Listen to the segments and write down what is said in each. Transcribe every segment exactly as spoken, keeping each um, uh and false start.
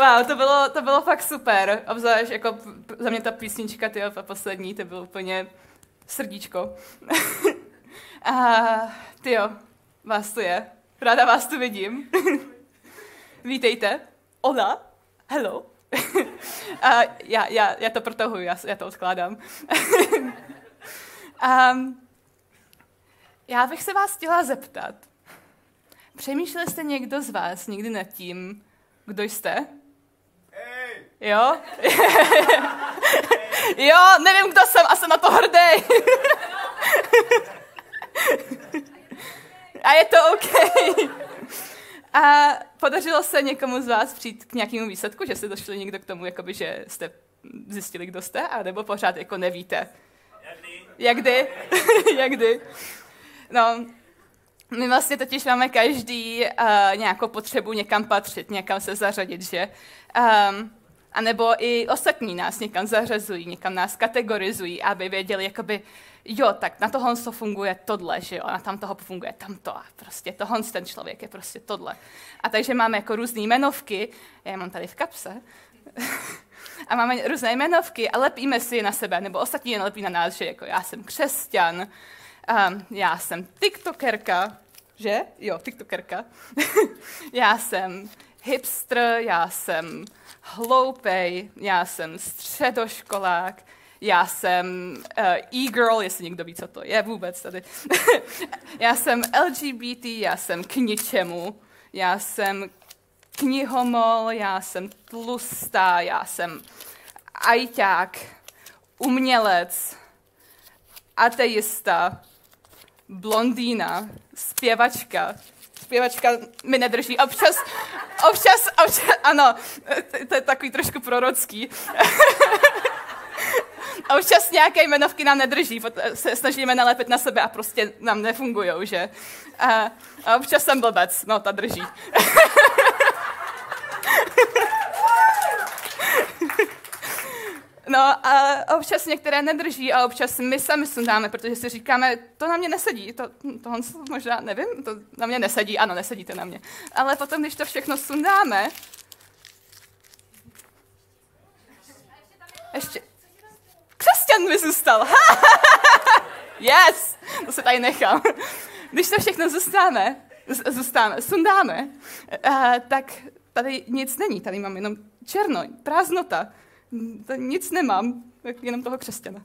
Wow, to bylo, to bylo fakt super. Obzvlášť jako za mě ta písnička, tyjo, ta poslední, to bylo úplně srdíčko. A tyjo, vás tu je. Ráda vás tu vidím. Vítejte. Hola. Hello. A já, já, já to protahuji, já, já to odkládám. um, já bych se vás chtěla zeptat. Přemýšleli jste někdo z vás někdy nad tím, kdo jste? Hey. Jo? Jo, nevím, kdo jsem a jsem na to hrdý. A je to OK. A podařilo se někomu z vás přijít k nějakému výsledku, že jste došli někdo k tomu, jakoby, že jste zjistili, kdo jste, a nebo pořád jako nevíte? Jakdy? Jakdy? No, my vlastně totiž máme každý uh, nějakou potřebu někam patřit, někam se zařadit, že? Um, a nebo i ostatní nás někam zařazují, někam nás kategorizují, aby věděli, jakoby, jo, tak na tohle to funguje tohle, že jo, a na tam toho funguje tamto a prostě tohle ten člověk je prostě tohle. A takže máme jako různé jmenovky, já je mám tady v kapse, a máme různé jmenovky a lepíme si je na sebe, nebo ostatní je lepí na nás, že jako já jsem křesťan, um, já jsem tiktokerka, že? Jo, tiktokerka. Já jsem hipster, já jsem hloupej, já jsem středoškolák, já jsem uh, e-girl, jestli někdo ví, co to je vůbec tady. Já jsem L G B T, já jsem k ničemu, já jsem knihomol, já jsem tlustá, já jsem ajťák, umělec, ateista, blondýna, zpěvačka. Zpěvačka mi nedrží. Občas, občas, občas, ano, to je takový trošku prorocký. Občas nějaké jmenovky nám nedrží, se snažíme nalepit na sebe a prostě nám nefungujou, že? A, a občas jsem blbec, no ta drží. No a občas některé nedrží a občas my sami sundáme, protože si říkáme, to na mě nesedí, to, tohle možná, nevím, to na mě nesedí, ano, nesedí to na mě. Ale potom, když to všechno sundáme, ještě, křesťan mi zůstal, yes, to se tady nechám. Když to všechno zůstáme, zůstáme, sundáme, uh, tak tady nic není, tady mám jenom černo, prázdnota. To nic nemám, jenom toho křesťana.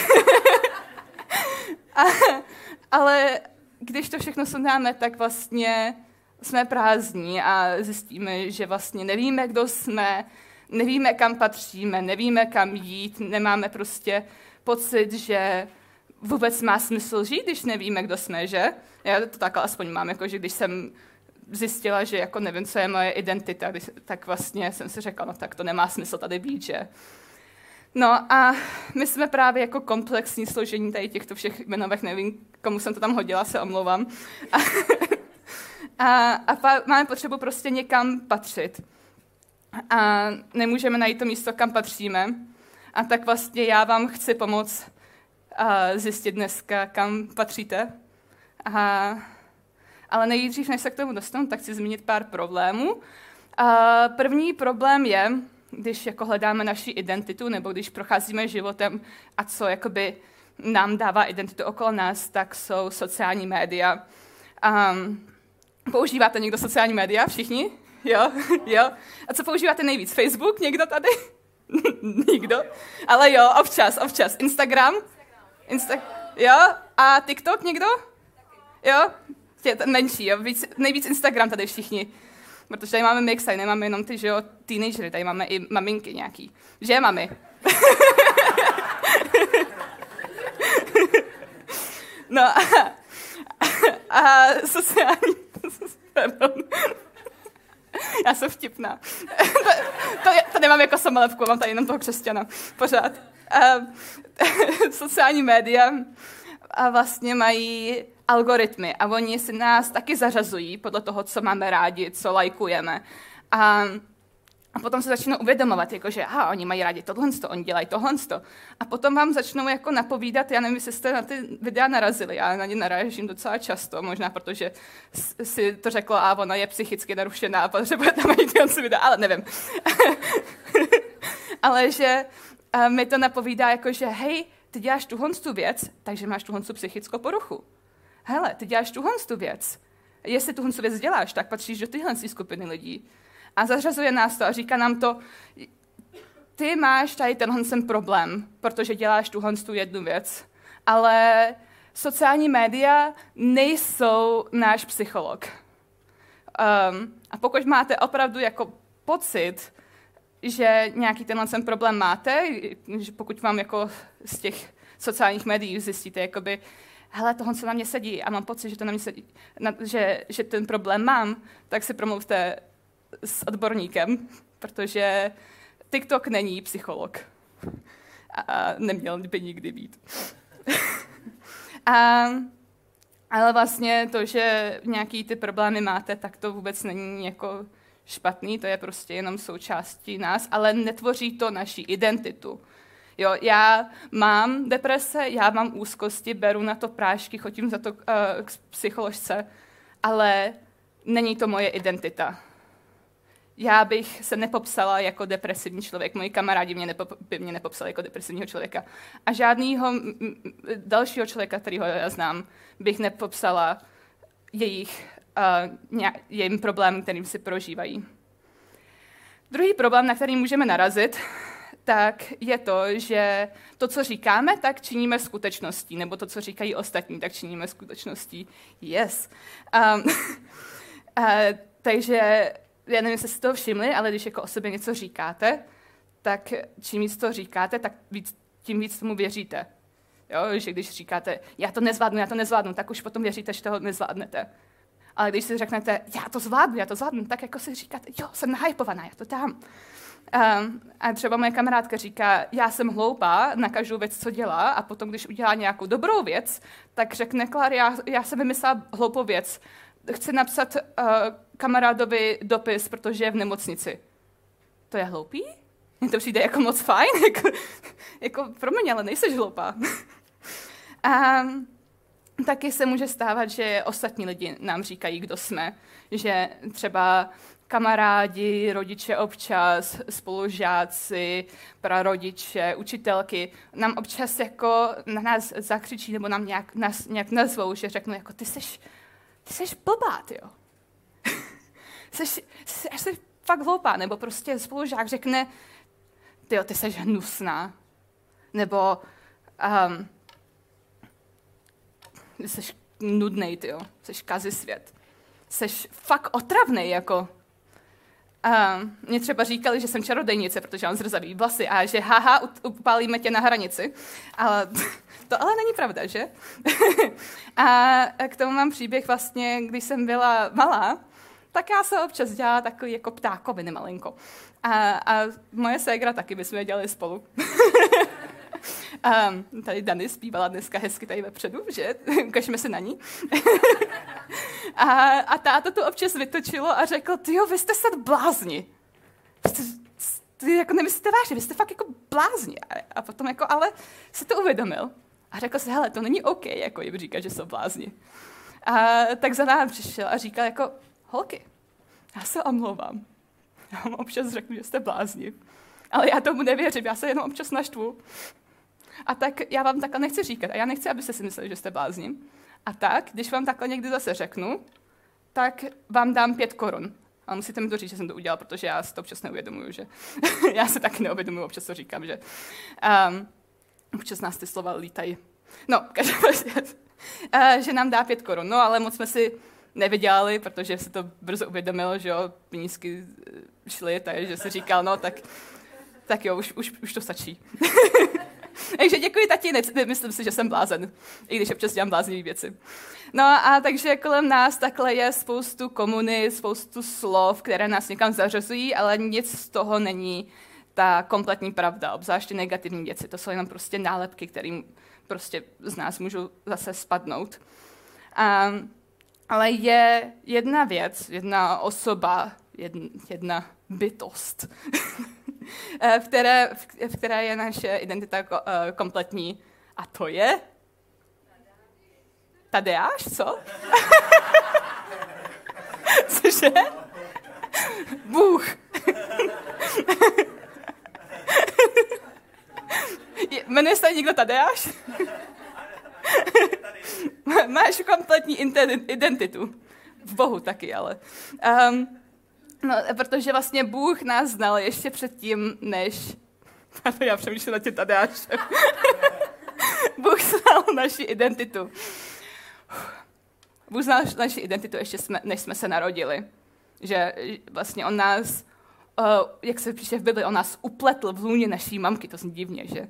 a, ale když to všechno sundáme, tak vlastně jsme prázdní a zjistíme, že vlastně nevíme, kdo jsme, nevíme, kam patříme, nevíme, kam jít, nemáme prostě pocit, že vůbec má smysl žít, když nevíme, kdo jsme, že? Já to takhle aspoň mám, jako, že když jsem zjistila, že jako nevím, co je moje identita, tak vlastně jsem si řekla, no tak to nemá smysl tady být, že? No a my jsme právě jako komplexní složení tady těchto všech jmenovek, nevím, komu jsem to tam hodila, se omlouvám. A, a, a pa, máme potřebu prostě někam patřit. A nemůžeme najít to místo, kam patříme. A tak vlastně já vám chci pomoct a zjistit dneska, kam patříte. A Ale nejdřív, než se k tomu dostanu, tak chci zmínit pár problémů. A první problém je, když jako hledáme naši identitu, nebo když procházíme životem a co jakoby nám dává identitu okolo nás, tak jsou sociální média. Um, používáte někdo sociální média? Všichni? Jo? Jo? A co používáte nejvíc? Facebook? Někdo tady? Nikdo? Ale jo, občas, občas. Instagram? Insta- jo? A TikTok někdo? Jo? Menší, jo? Víc, nejvíc Instagram tady všichni. Protože tady máme mix, tady nemáme jenom ty, že jo, teenagery, tady máme i maminky nějaký. Že, mami? No a, a, a sociální... Pardon. Já jsem vtipná. to, to, to nemám jako samolepku, mám tady jenom toho křesťana. Pořád. A, sociální média a vlastně mají algoritmy a oni si nás taky zařazují podle toho, co máme rádi, co lajkujeme. A A potom se začnou uvědomovat, jako, že aha, oni mají rádi tohle, oni dělají tohle. A potom vám začnou jako napovídat, já nevím, jestli jste na ty videa narazili, já na ně narážím docela často, možná protože si to řeklo, a ona je psychicky narušená a potřebuje tam mít ty videa, ale nevím. Ale že mi to napovídá, jako, že hej, ty děláš tuhle tu věc, takže máš tuhle tu psychickou poruchu. Hele, ty děláš tuhle tu věc. Jestli tuhle tu věc děláš, tak patříš do tyhle skupiny lidí. A zařazuje nás to a říká nám to, ty máš tady tenhle ten problém, protože děláš tuhle tu jednu věc, ale sociální média nejsou náš psycholog. Um, a pokud máte opravdu jako pocit, že nějaký tenhle ten problém máte, že pokud vám jako z těch sociálních médií zjistíte, jakoby, hele, tohle se na mě sedí a mám pocit, že to na mě sedí, na, že, že ten problém mám, tak si promluvte s odborníkem, protože TikTok není psycholog. A neměl by nikdy být. a, ale vlastně to, že nějaký ty problémy máte, tak to vůbec není jako špatný, to je prostě jenom součástí nás, ale netvoří to naši identitu. Jo, já mám deprese, já mám úzkosti, beru na to prášky, chodím za to uh, k psycholožce, ale není to moje identita. Já bych se nepopsala jako depresivní člověk, moji kamarádi mě nepop- by mě nepopsali jako depresivního člověka. A žádného dalšího člověka, kterého já znám, bych nepopsala jejich, uh, nějak, jejím problém, kterým si prožívají. Druhý problém, na který můžeme narazit, tak je to, že to, co říkáme, tak činíme skutečností, nebo to, co říkají ostatní, tak činíme skutečností. Yes. Um, uh, takže já nevím, jestli jste toho všimli, ale když jako o sobě něco říkáte, tak čím víc to říkáte, tak víc, tím víc tomu věříte. Jo? Že když říkáte, já to nezvládnu, já to nezvládnu, tak už potom věříte, že toho nezvládnete. Ale když si řeknete, já to zvládnu, já to zvládnu, tak jako si říkáte, jo, jsem nahypovaná, já to dám. Um, a třeba moje kamarádka říká, já jsem hloupá na každou věc, co dělá, a potom, když udělá nějakou dobrou věc, tak řekne, Klár, já, já jsem vymyslela hloupou věc. Chci napsat uh, kamarádovi dopis, protože je v nemocnici. To je hloupý? Mně to přijde jako moc fajn. jako, jako promiň, ale nejseš hloupá. A taky se může stávat, že ostatní lidi nám říkají, kdo jsme. Že třeba kamarádi, rodiče občas, spolužáci, prarodiče, učitelky nám občas jako na nás zakřičí nebo nám nějak, nás nějak nazvou, že řeknou jako ty seš Ty jsi blbá, tyjo. jsi, jsi, jsi fakt hloupá. Nebo prostě spolužák řekne, tyjo, ty jsi hnusná. Nebo um, jsi nudnej, tyjo. Jsi kazisvět. Jsi fakt otravnej, jako. Um, mě třeba říkali, že jsem čarodejnice, protože mám zrzavý vlasy a že haha, upálíme tě na hranici. Ale to ale není pravda, že? A k tomu mám příběh vlastně, když jsem byla malá, tak já se občas dělala takový jako ptákoviny malinko. A, a moje ségra taky bychom je dělali spolu. um, tady Dany zpívala dneska hezky tady vepředu, že? Ukažme se na ní. a, a táta to občas vytočilo a řekl, tyjo, vy jste snad blázni. Jste, ty jako nemyslíte vážně, vy jste fakt jako blázni. A, a potom jako, ale si to uvědomil. A řekl si, hele, to není OK, jako jim říkat, že jsou blázni. A tak za námi přišel a říkal jako, holky, já se omlouvám. Já vám občas řeknu, že jste blázni. Ale já tomu nevěřím, já se jenom občas naštvu. A tak já vám takhle nechci říkat. A já nechci, abyste si mysleli, že jste blázni. A tak, když vám takhle někdy zase řeknu, tak vám dám pět korun. Ale musíte mi to říct, že jsem to udělal, protože já si to občas neuvědomuju, že já se taky neuvědomuju, občas to říkám, že um, občas nás ty slova lítají. No, každopádně, uh, že nám dá pět korun. No, ale moc jsme si nevydělali, protože se to brzo uvědomilo, že jo, penízky šly, takže se říkal, no, tak, tak jo, už, už, už to stačí. Takže děkuji, tati, ne, myslím si, že jsem blázen, i když občas dělám bláznivé věci. No a takže kolem nás takhle je spoustu komunit, spoustu slov, které nás někam zařazují, ale nic z toho není ta kompletní pravda, obzvláště negativní věci. To jsou jenom prostě nálepky, kterým prostě z nás můžou zase spadnout. Um, ale je jedna věc, jedna osoba, jedna bytost, v, které, v které je naše identita kompletní. A to je? Tadeáš, co? Cože? Bůh. Jmenuje se někdo Tadeáš? Máš kompletní identitu. V Bohu taky, ale. Um, no, protože vlastně Bůh nás znal ještě předtím, než... Já přemýšlím nad tím Tadeášem. Bůh znal naši identitu. Bůh znal naši identitu ještě jsme, než jsme se narodili. Že vlastně on nás, uh, jak se píše v Bibli, on nás upletl v lůně naší mamky. To zní divně, že?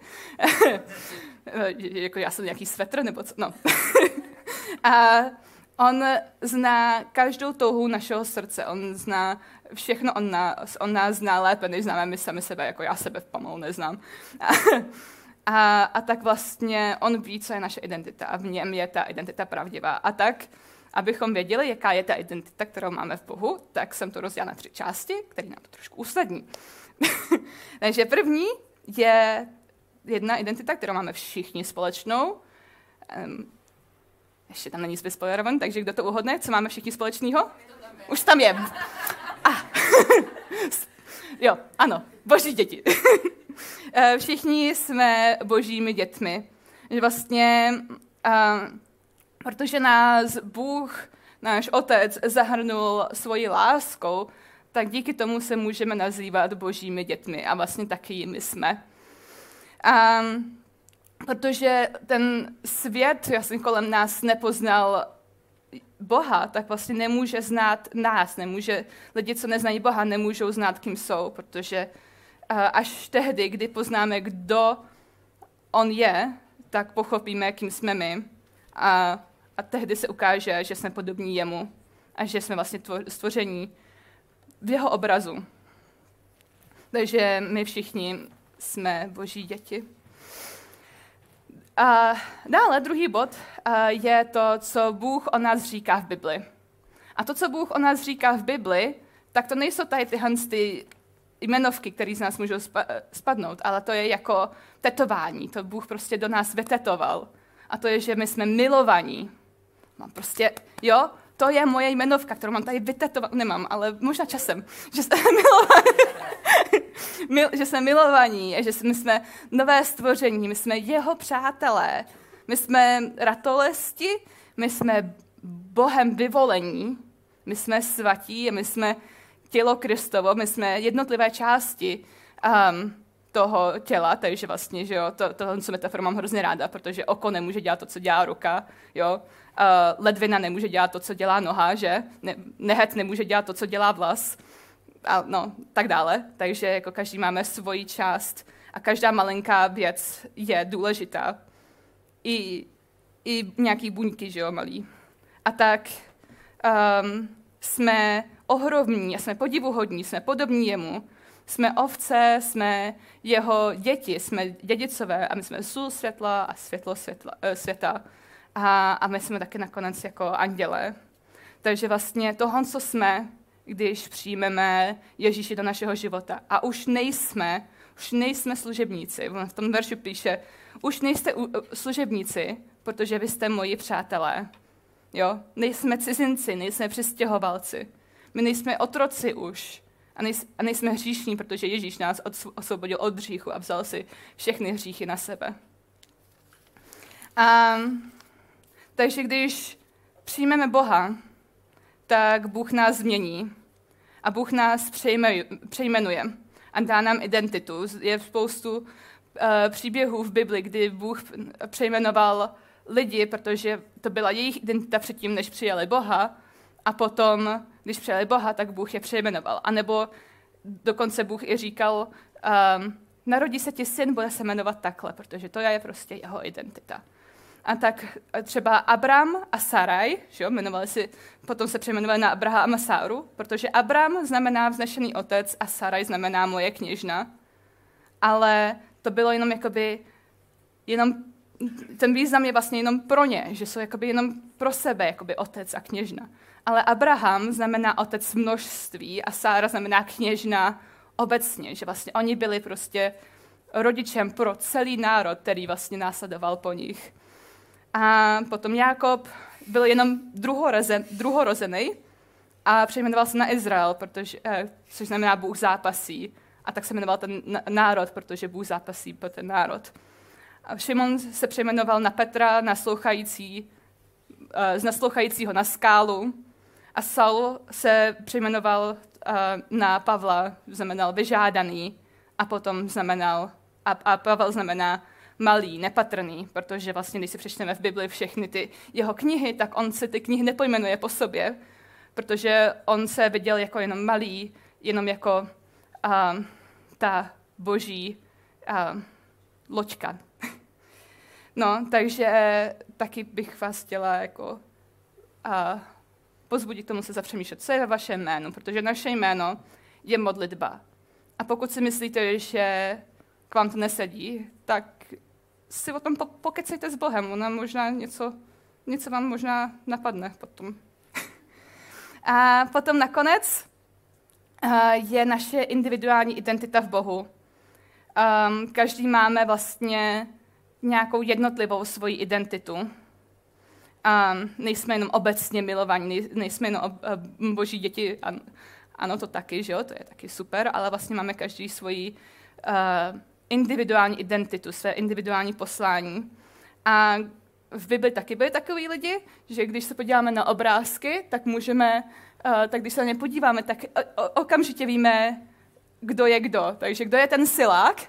Jako já jsem nějaký svetr, nebo co? No. A on zná každou touhu našeho srdce. On zná všechno, on nás, on nás zná lépe, než známe my sami sebe, jako já sebe pomalu neznám. A, a tak vlastně on ví, co je naše identita a v něm je ta identita pravdivá. A tak, abychom věděli, jaká je ta identita, kterou máme v Bohu, tak jsem to rozdělala na tři části, které nám to trošku usnadní. Takže první je jedna identita, kterou máme všichni společnou. Um, ještě tam není nic vyspoilerovaný, takže kdo to uhodne, co máme všichni společného? Už tam je. Ah. Jo, ano, boží děti. Všichni jsme božími dětmi. Že vlastně, um, protože nás Bůh, náš Otec, zahrnul svojí láskou, tak díky tomu se můžeme nazývat božími dětmi a vlastně taky jimi jsme. Um, protože ten svět vlastně kolem nás nepoznal Boha, tak vlastně nemůže znát nás, nemůže, lidi, co neznají Boha, nemůžou znát, kým jsou, protože uh, až tehdy, kdy poznáme, kdo on je, tak pochopíme, kým jsme my. A, a tehdy se ukáže, že jsme podobní jemu a že jsme vlastně stvoření v jeho obrazu. Takže my všichni jsme boží děti. A dále druhý bod je to, co Bůh o nás říká v Bibli. A to, co Bůh o nás říká v Bibli, tak to nejsou tady tyhle ty jmenovky, které z nás můžou spadnout, ale to je jako tetování. To Bůh prostě do nás vytetoval. A to je, že my jsme milovaní. Mám prostě, jo, to je moje jmenovka, kterou mám tady vytetovat. Nemám, ale možná časem. Že jsme milovaní. Mil, že jsme milovaní, že jsme, my jsme nové stvoření, my jsme jeho přátelé, my jsme ratolesti, my jsme Bohem vyvolení, my jsme svatí, my jsme tělo Kristovo, my jsme jednotlivé části um, toho těla, takže vlastně, že jo, to, tohle metaforu mám hrozně ráda, protože oko nemůže dělat to, co dělá ruka, jo, uh, ledvina nemůže dělat to, co dělá noha, že, ne, nehet nemůže dělat to, co dělá vlas, a no, tak dále. Takže jako každý máme svoji část a každá malinká věc je důležitá. I, i nějaký buňky, že jo, malý. A tak um, jsme ohromní, jsme podivuhodní, jsme podobní jemu. Jsme ovce, jsme jeho děti, jsme dědicové a my jsme sůl světla a světlo světla, uh, světa. A, a my jsme taky nakonec jako andělé. Takže vlastně tohle, co jsme, když přijmeme Ježíše do našeho života. A už nejsme, už nejsme služebníci. V tom veršu píše, už nejste služebníci, protože vy jste moji přátelé. Jo? Nejsme cizinci, nejsme přistěhovalci. My nejsme otroci už. A, nejsme, a nejsme hříšní, protože Ježíš nás osvobodil od hříchu a vzal si všechny hříchy na sebe. A, takže když přijmeme Boha, tak Bůh nás změní a Bůh nás přejmenuje a dá nám identitu. Je spoustu uh, příběhů v Bibli, kdy Bůh přejmenoval lidi, protože to byla jejich identita předtím, než přijali Boha, a potom, když přijali Boha, tak Bůh je přejmenoval. A nebo dokonce Bůh i říkal, um, narodí se ti syn, bude se jmenovat takhle, protože to je prostě jeho identita. A tak třeba Abram a Saraj, že jo, jmenovali si, potom se přejmenovali na Abrahama a Sáru, protože Abram znamená vznešený otec a Saraj znamená moje kněžna. Ale to bylo jenom jakoby, jenom, ten význam je vlastně jenom pro ně, že jsou jakoby jenom pro sebe jakoby otec a kněžna. Ale Abraham znamená otec množství a Sára znamená kněžna obecně, že vlastně oni byli prostě rodičem pro celý národ, který vlastně následoval po nich. A potom Jákob byl jenom druhorozen, druhorozený a přejmenoval se na Izrael, protože, eh, což znamená Bůh zápasí. A tak se jmenoval ten národ, protože Bůh zápasí pro ten národ. A Šimon se přejmenoval na Petra, naslouchající, eh, z naslouchajícího na skálu. A Saul se přejmenoval uh, na Pavla, znamenal vyžádaný, a potom znamenal, a, a Pavel znamená malý, nepatrný, protože vlastně, když si přečteme v Bibli všechny ty jeho knihy, tak on se ty knihy nepojmenuje po sobě, protože on se viděl jako jenom malý, jenom jako uh, ta boží uh, loďka. No, takže taky bych vás chtěla jako uh, pozbudit k tomu se zapřemýšlet, co je ve vašem jménu, protože naše jméno je modlitba. A pokud si myslíte, že k vám to nesedí, tak si o tom pokecejte s Bohem. Ona možná něco, něco vám možná napadne potom. A potom nakonec je naše individuální identita v Bohu. Každý máme vlastně nějakou jednotlivou svoji identitu. A nejsme jenom obecně milovaní, nejsme jenom boží děti, ano, to taky, že jo, to je taky super, ale vlastně máme každý svoji uh, individuální identitu, své individuální poslání. A v Bibli taky byli takový lidi, že když se podíváme na obrázky, tak můžeme, uh, tak když se na ně podíváme, tak o, okamžitě víme, kdo je kdo. Takže kdo je ten silák?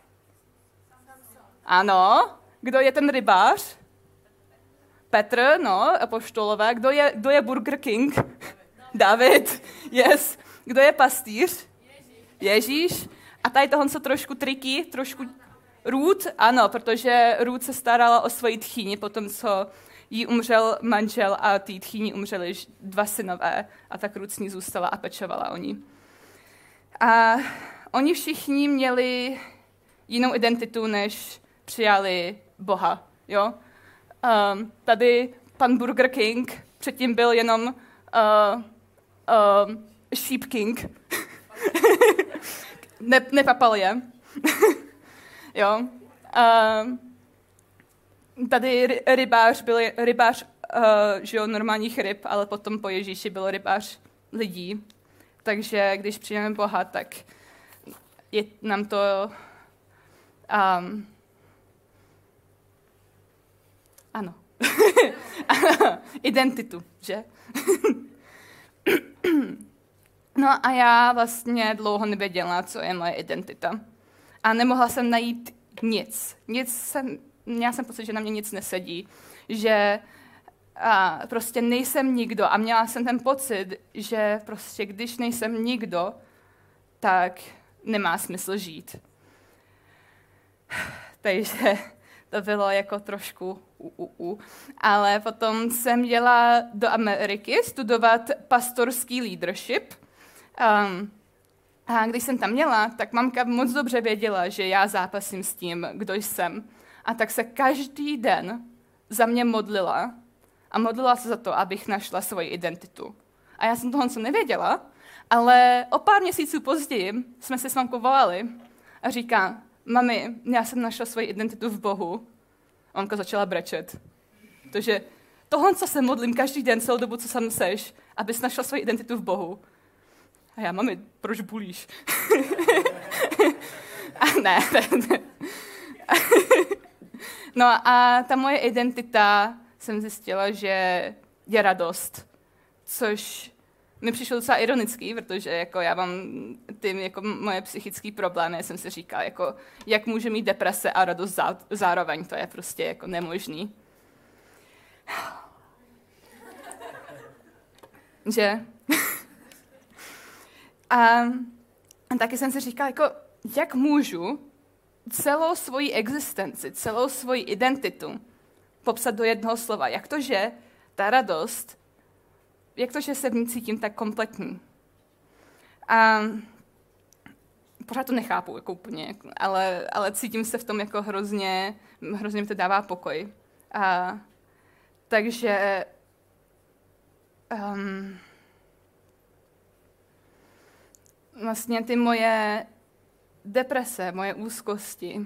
Ano. Kdo je ten rybář? Petr, no, apoštolové. Kdo je, kdo je Burger King? David. Yes. Kdo je pastýř? Ježíš. A tady tohle jsou trošku triky, trošku Ruth, ano, protože Ruth se starala o svoji tchýni, potom co jí umřel manžel a té tchýni umřeli dva synové a tak Ruth s ní zůstala a pečovala o ní. A oni všichni měli jinou identitu, než přijali Boha, jo? Um, tady pan Burger King předtím byl jenom uh, uh, Sheep King. ne, nepapal je. jo. Uh, tady ry, rybář byl rybář uh, že jo, normálních ryb, ale potom po Ježíši byl rybář lidí. Takže když přijmeme Boha, tak je nám to um, ano. Identitu, že? No a já vlastně dlouho nevěděla, co je moje identita. A nemohla jsem najít nic. Nic jsem, měla jsem pocit, že na mě nic nesedí. Že a prostě nejsem nikdo. A měla jsem ten pocit, že prostě když nejsem nikdo, tak nemá smysl žít. Takže to bylo jako trošku u, u, u. Ale potom jsem jela do Ameriky studovat pastorský leadership. Um, a když jsem tam měla, tak mamka moc dobře věděla, že já zápasím s tím, kdo jsem. A tak se každý den za mě modlila a modlila se za to, abych našla svoji identitu. A já jsem toho co nevěděla, ale o pár měsíců později jsme se s mamkou volali a říká, mami, já jsem našla svoji identitu v Bohu. A mamka začala brečet. Takže tohle, co se modlím každý den, celou dobu, co jsem seš, abys našla svoji identitu v Bohu. A já, mami, proč bulíš? a ne, ne, ne. No a ta moje identita, jsem zjistila, že je radost, což mi přišlo docela ironický, protože jako já mám ty jako moje psychické problémy, jsem si říkala, jako, jak může mít deprese a radost zá, zároveň, to je prostě jako nemožný. Že? a, a taky jsem si říkala, jako, jak můžu celou svoji existenci, celou svoji identitu popsat do jednoho slova. Jak to, že ta radost, jak to, že se v ní cítím tak kompletní. A pořád to nechápu jako úplně, ale, ale cítím se v tom jako hrozně, hrozně mi to dává pokoj. A, takže um, vlastně ty moje deprese, moje úzkosti,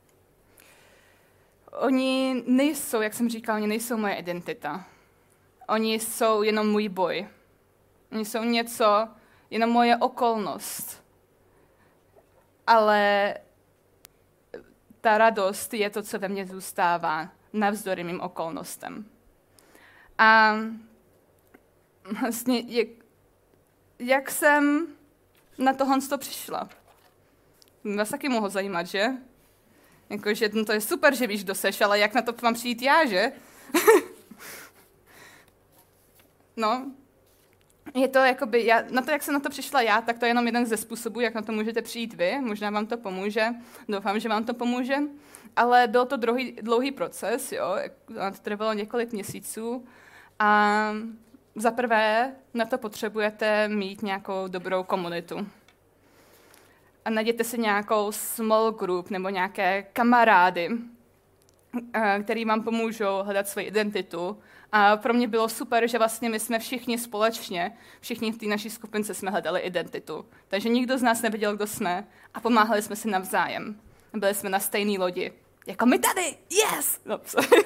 oni nejsou, jak jsem říkal, oni nejsou moje identita. Oni jsou jenom můj boj. Oni jsou něco, jenom moje okolnost. Ale ta radost je to, co ve mně zůstává navzdory mým okolnostem. A vlastně, jak, jak jsem na tohle přišla? Vás taky mohlo zajímat, že? Jakože no to je super, že víš, kdo seš, ale jak na to mám přijít já, že? No, je to jakoby, já, na to, jak jsem na to přišla já, tak to je jenom jeden ze způsobů, jak na to můžete přijít vy. Možná vám to pomůže, doufám, že vám to pomůže. Ale byl to dlouhý, dlouhý proces, jo, to trvalo několik měsíců. A za prvé na to potřebujete mít nějakou dobrou komunitu. A najděte si nějakou small group nebo nějaké kamarády, který vám pomůžou hledat svoji identitu. A pro mě bylo super, že vlastně my jsme všichni společně, všichni v té naší skupince jsme hledali identitu. Takže nikdo z nás nevěděl, kdo jsme a pomáhali jsme si navzájem. Byli jsme na stejné lodi. Jako my tady, yes! No,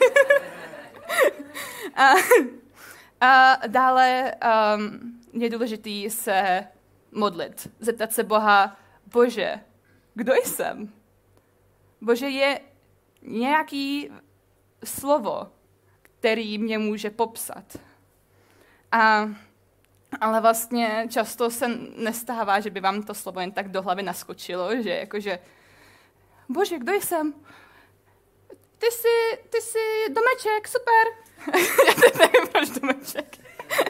a, a dále um, je důležitý se modlit, zeptat se Boha, Bože, kdo jsem? Bože, je nějaký slovo, který mě může popsat. A, ale vlastně často se nestává, že by vám to slovo jen tak do hlavy naskočilo, že jakože, Bože, kdo jsem? Ty jsi, ty jsi domeček, super. Já teď nevím, proč domeček.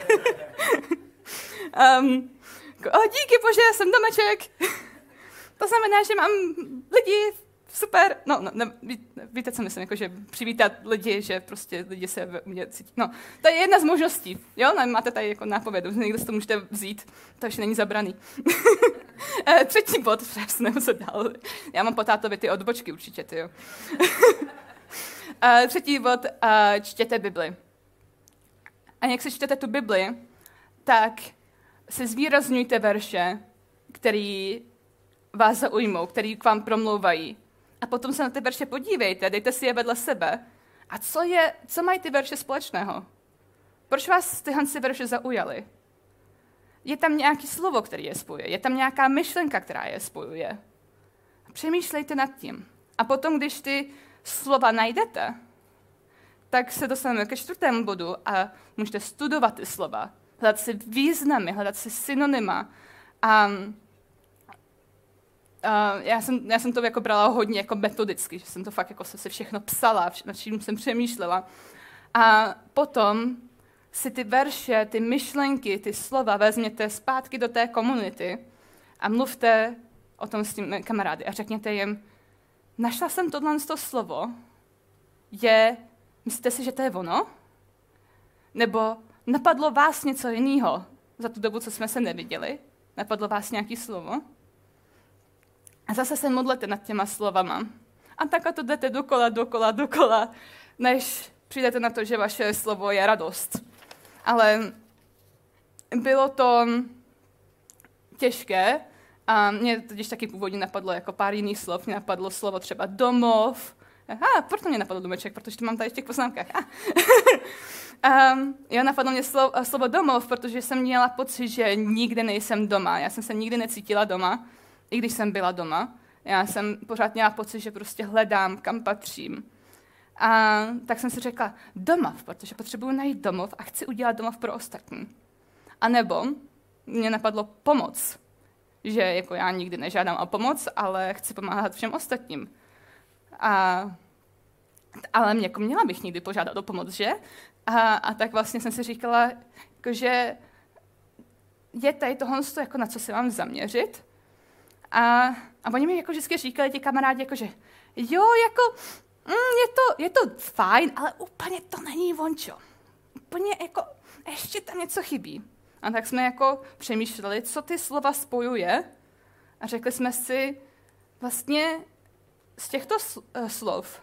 um, o, díky Bože, já jsem domeček. To znamená, že mám lidi, super. No, no ne, ví, víte, co myslím, jako, že přivítat lidi, že prostě lidi se u mě cítí. No, to je jedna z možností, jo? No, máte tady jako nápovědu, někdo si to můžete vzít, to ještě není zabraný. Třetí bod, přesně se dál. Já mám po tátovi ty odbočky určitě, ty jo. Třetí bod, čtěte Bibli. A jak si čtete tu Bibli, tak si zvýrazňujte verše, který vás zaujmou, který k vám promlouvají. A potom se na ty verše podívejte, dejte si je vedle sebe. A co, je, co mají ty verše společného? Proč vás tyhle verše zaujaly? Je tam nějaké slovo, které je spojuje. Je tam nějaká myšlenka, která je spojuje. Přemýšlejte nad tím. A potom, když ty slova najdete, tak se dostaneme ke čtvrtému bodu a můžete studovat ty slova. Hledat si významy, hledat si synonyma. A Uh, já, jsem, já jsem to jako brala hodně jako metodicky, že jsem to fakt jako se všechno psala, nad čím jsem přemýšlela. A potom si ty verše, ty myšlenky, ty slova vezměte zpátky do té komunity a mluvte o tom s tím kamarády a řekněte jim, našla jsem tohle slovo, je, myslíte si, že to je ono? Nebo napadlo vás něco jiného za tu dobu, co jsme se neviděli? Napadlo vás nějaké slovo? A zase se modlete nad těma slovama. A tak to jdete dokola, dokola, dokola, než přijdete na to, že vaše slovo je radost. Ale bylo to těžké a mě totiž taky původně napadlo jako pár jiných slov. Mě napadlo slovo třeba domov. Aha, proto mě napadlo domeček, protože to mám tady v těch poznámkách. um, jo, napadlo mě slovo, slovo domov, protože jsem měla pocit, že nikde nejsem doma. Já jsem se nikdy necítila doma. I když jsem byla doma, já jsem pořád měla pocit, že prostě hledám, kam patřím. A tak jsem si řekla, domov, protože potřebuji najít domov a chci udělat domov pro ostatní. A nebo mě napadlo pomoc, že jako já nikdy nežádám o pomoc, ale chci pomáhat všem ostatním. A, ale mě jako měla bych někdy požádat o pomoc, že? A, a tak vlastně jsem si říkala, jako, že je tady tohle, jako na co se mám zaměřit. A, a oni mi jako vždycky říkali, ti kamarádi, jako, že jo, jako, mm, je, to, je to fajn, ale úplně to není vončo. Úplně jako, ještě tam něco chybí. A tak jsme jako přemýšleli, co ty slova spojuje. A řekli jsme si, vlastně z těchto slov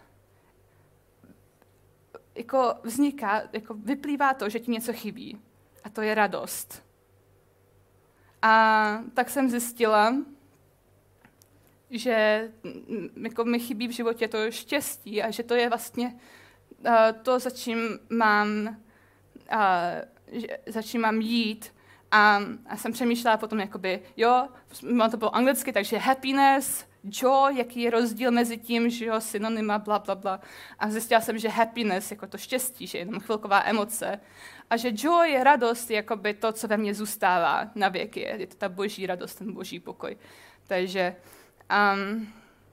jako vzniká, jako vyplývá to, že ti něco chybí. A to je radost. A tak jsem zjistila, že jako mi chybí v životě to štěstí a že to je vlastně uh, to, za čím mám, uh, za čím mám jít. A, a jsem přemýšlela potom, jakoby, jo, mám to bylo anglicky, takže happiness, joy, jaký je rozdíl mezi tím, že jo, synonyma, bla, bla, bla. A zjistila jsem, že happiness, jako to štěstí, že je jenom chvilková emoce. A že joy je radost, jakoby to, co ve mně zůstává na věky. Je to ta boží radost, ten boží pokoj. Takže um,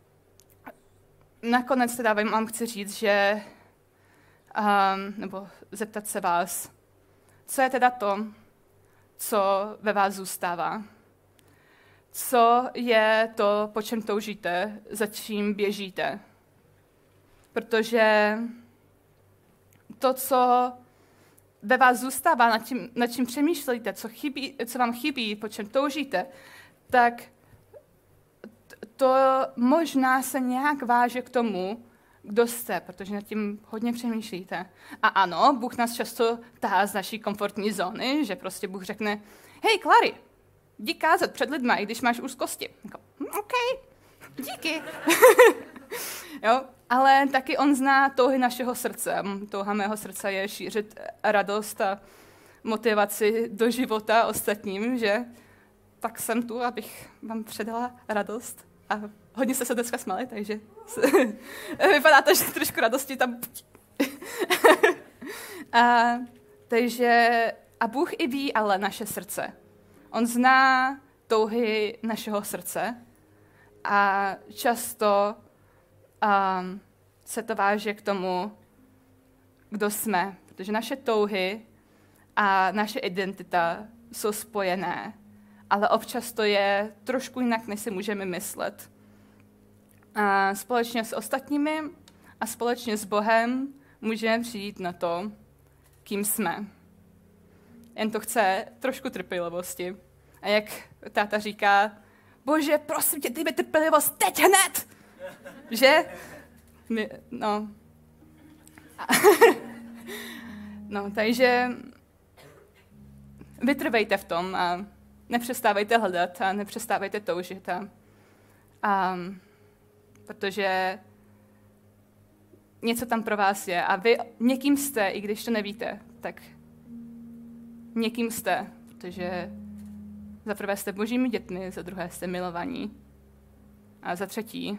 nakonec teda vám chci říct, že, um, nebo zeptat se vás, co je teda to, co ve vás zůstává. Co je to, po čem toužíte, za čím běžíte. Protože to, co ve vás zůstává, nad čím, nad čím přemýšlíte, co, chybí, co vám chybí, po čem toužíte, tak to možná se nějak váže k tomu, kdo jste, protože nad tím hodně přemýšlíte. A ano, Bůh nás často tahá z naší komfortní zóny, že prostě Bůh řekne, hej, Clary, jdi kázat před lidma, i když máš úzkosti. Jako, OK, díky. Jo? Ale taky on zná touhy našeho srdce. Touha mého srdce je šířit radost a motivaci do života ostatním, že tak jsem tu, abych vám předala radost. A hodně jste se dneska smáli, takže vypadá to, že trošku radosti tam... a, takže, a Bůh i ví ale naše srdce. On zná touhy našeho srdce a často um, se to váže k tomu, kdo jsme. Protože naše touhy a naše identita jsou spojené, ale občas to je trošku jinak, než si můžeme myslet. A společně s ostatními a společně s Bohem můžeme přijít na to, kým jsme. Jen to chce trošku trpělivosti. A jak táta říká, Bože, prosím tě, dej mi trpělivost teď hned! Že? My, no. no, takže vytrvejte v tom a nepřestávejte hledat a nepřestávejte toužit. A, a, protože něco tam pro vás je a vy někým jste, i když to nevíte, tak někým jste, protože za prvé jste božími dětmi, za druhé jste milovaní a za třetí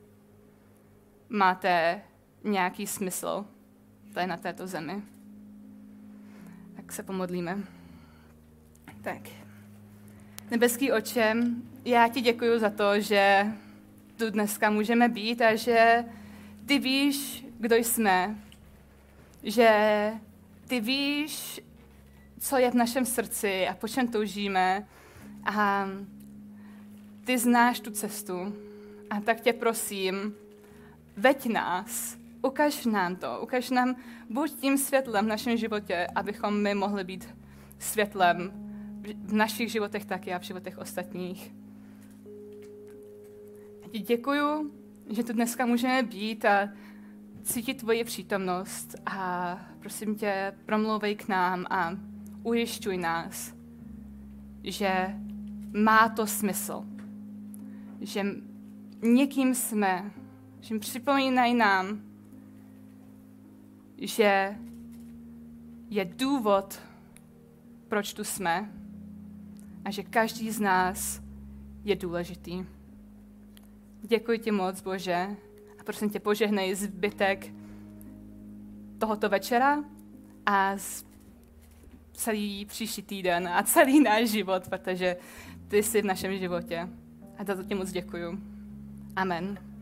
máte nějaký smysl tady na této zemi. Tak se pomodlíme. Tak. Nebeský Otče, já ti děkuji za to, že tu dneska můžeme být a že ty víš, kdo jsme, že ty víš, co je v našem srdci a po čem toužíme a ty znáš tu cestu. A tak tě prosím, veď nás, ukaž nám to, ukaž nám, buď tím světlem v našem životě, abychom my mohli být světlem v našich životech taky a v životech ostatních. Já ti děkuju, že tu dneska můžeme být a cítit tvoji přítomnost a prosím tě, promluvej k nám a ujišťuj nás, že má to smysl, že někým jsme, že připomínají nám, že je důvod, proč tu jsme a že každý z nás je důležitý. Děkuji ti moc, Bože, a prosím tě, požehnej zbytek tohoto večera a celý příští týden a celý náš život, protože ty jsi v našem životě. A za to ti moc děkuju. Amen.